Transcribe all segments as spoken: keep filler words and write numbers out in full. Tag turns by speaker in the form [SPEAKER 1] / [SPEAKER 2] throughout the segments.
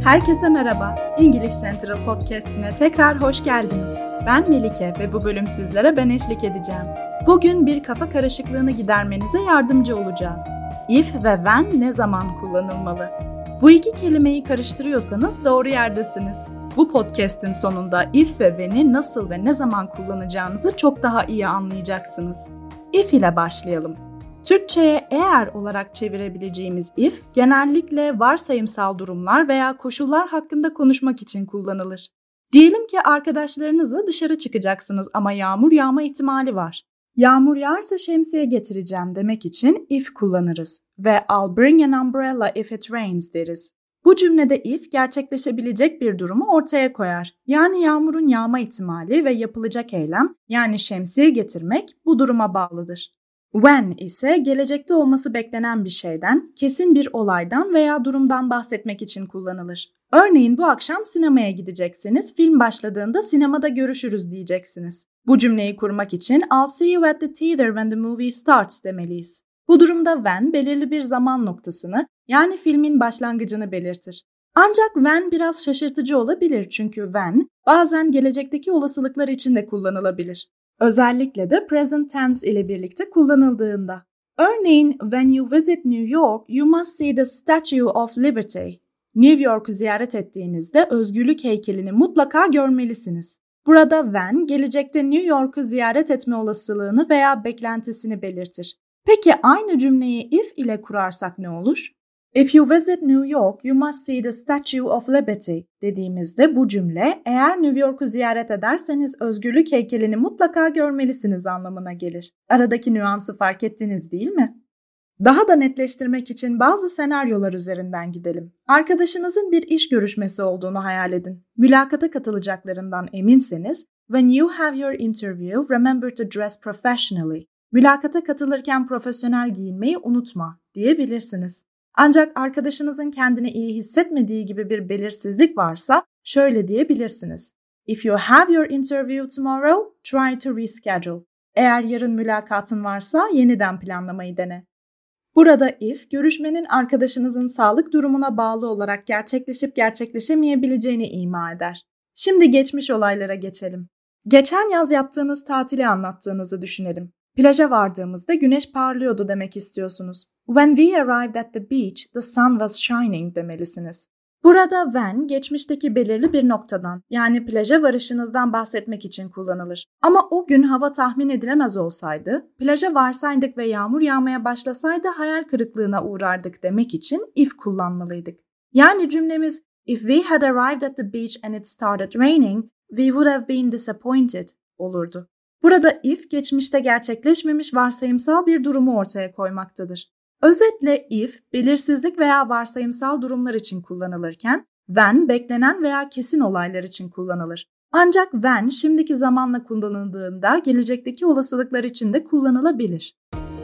[SPEAKER 1] Herkese merhaba. English Central Podcast'ine tekrar hoş geldiniz. Ben Melike ve bu bölüm sizlere ben eşlik edeceğim. Bugün bir kafa karışıklığını gidermenize yardımcı olacağız. If ve when ne zaman kullanılmalı? Bu iki kelimeyi karıştırıyorsanız doğru yerdesiniz. Bu podcast'in sonunda if ve when'i nasıl ve ne zaman kullanacağınızı çok daha iyi anlayacaksınız. If ile başlayalım. Türkçe'ye eğer olarak çevirebileceğimiz if, genellikle varsayımsal durumlar veya koşullar hakkında konuşmak için kullanılır. Diyelim ki arkadaşlarınızla dışarı çıkacaksınız ama yağmur yağma ihtimali var. Yağmur yağarsa şemsiye getireceğim demek için if kullanırız ve I'll bring an umbrella if it rains deriz. Bu cümlede if gerçekleşebilecek bir durumu ortaya koyar. Yani yağmurun yağma ihtimali ve yapılacak eylem, yani şemsiye getirmek bu duruma bağlıdır. When ise gelecekte olması beklenen bir şeyden, kesin bir olaydan veya durumdan bahsetmek için kullanılır. Örneğin bu akşam sinemaya gideceksiniz, film başladığında sinemada görüşürüz diyeceksiniz. Bu cümleyi kurmak için I'll see you at the theater when the movie starts demeliyiz. Bu durumda when belirli bir zaman noktasını, yani filmin başlangıcını belirtir. Ancak when biraz şaşırtıcı olabilir çünkü when bazen gelecekteki olasılıklar için de kullanılabilir. Özellikle de present tense ile birlikte kullanıldığında. Örneğin, when you visit New York, you must see the Statue of Liberty. New York'u ziyaret ettiğinizde özgürlük heykelini mutlaka görmelisiniz. Burada when, gelecekte New York'u ziyaret etme olasılığını veya beklentisini belirtir. Peki aynı cümleyi if ile kurarsak ne olur? If you visit New York, you must see the Statue of Liberty dediğimizde bu cümle eğer New York'u ziyaret ederseniz özgürlük heykelini mutlaka görmelisiniz anlamına gelir. Aradaki nüansı fark ettiniz değil mi? Daha da netleştirmek için bazı senaryolar üzerinden gidelim. Arkadaşınızın bir iş görüşmesi olduğunu hayal edin. Mülakata katılacaklarından eminseniz, when you have your interview, remember to dress professionally. Mülakata katılırken profesyonel giyinmeyi unutma diyebilirsiniz. Ancak arkadaşınızın kendini iyi hissetmediği gibi bir belirsizlik varsa şöyle diyebilirsiniz. If you have your interview tomorrow, try to reschedule. Eğer yarın mülakatın varsa yeniden planlamayı dene. Burada if, görüşmenin arkadaşınızın sağlık durumuna bağlı olarak gerçekleşip gerçekleşemeyebileceğini ima eder. Şimdi geçmiş olaylara geçelim. Geçen yaz yaptığınız tatili anlattığınızı düşünelim. Plaja vardığımızda güneş parlıyordu demek istiyorsunuz. When we arrived at the beach, the sun was shining demelisiniz. Burada when, geçmişteki belirli bir noktadan, yani plaja varışınızdan bahsetmek için kullanılır. Ama o gün hava tahmin edilemez olsaydı, plaja varsaydık ve yağmur yağmaya başlasaydı hayal kırıklığına uğrardık demek için if kullanmalıydık. Yani cümlemiz, if we had arrived at the beach and it started raining, we would have been disappointed olurdu. Burada if, geçmişte gerçekleşmemiş varsayımsal bir durumu ortaya koymaktadır. Özetle if, belirsizlik veya varsayımsal durumlar için kullanılırken, when, beklenen veya kesin olaylar için kullanılır. Ancak when, şimdiki zamanla kullanıldığında gelecekteki olasılıklar için de kullanılabilir.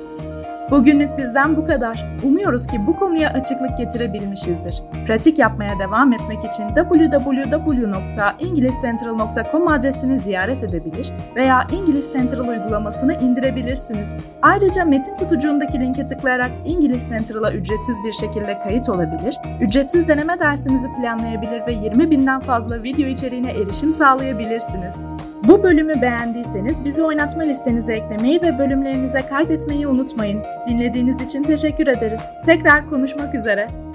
[SPEAKER 1] Bugünlük bizden bu kadar. Umuyoruz ki bu konuya açıklık getirebilmişizdir. Pratik yapmaya devam etmek için double-u double-u double-u nokta english central nokta com adresini ziyaret edebilir veya English Central uygulamasını indirebilirsiniz. Ayrıca metin kutucuğundaki linke tıklayarak English Central'a ücretsiz bir şekilde kayıt olabilir, ücretsiz deneme dersinizi planlayabilir ve yirmi binden fazla video içeriğine erişim sağlayabilirsiniz. Bu bölümü beğendiyseniz bizi oynatma listenize eklemeyi ve bölümlerinize kaydetmeyi unutmayın. Dinlediğiniz için teşekkür ederiz. Tekrar konuşmak üzere.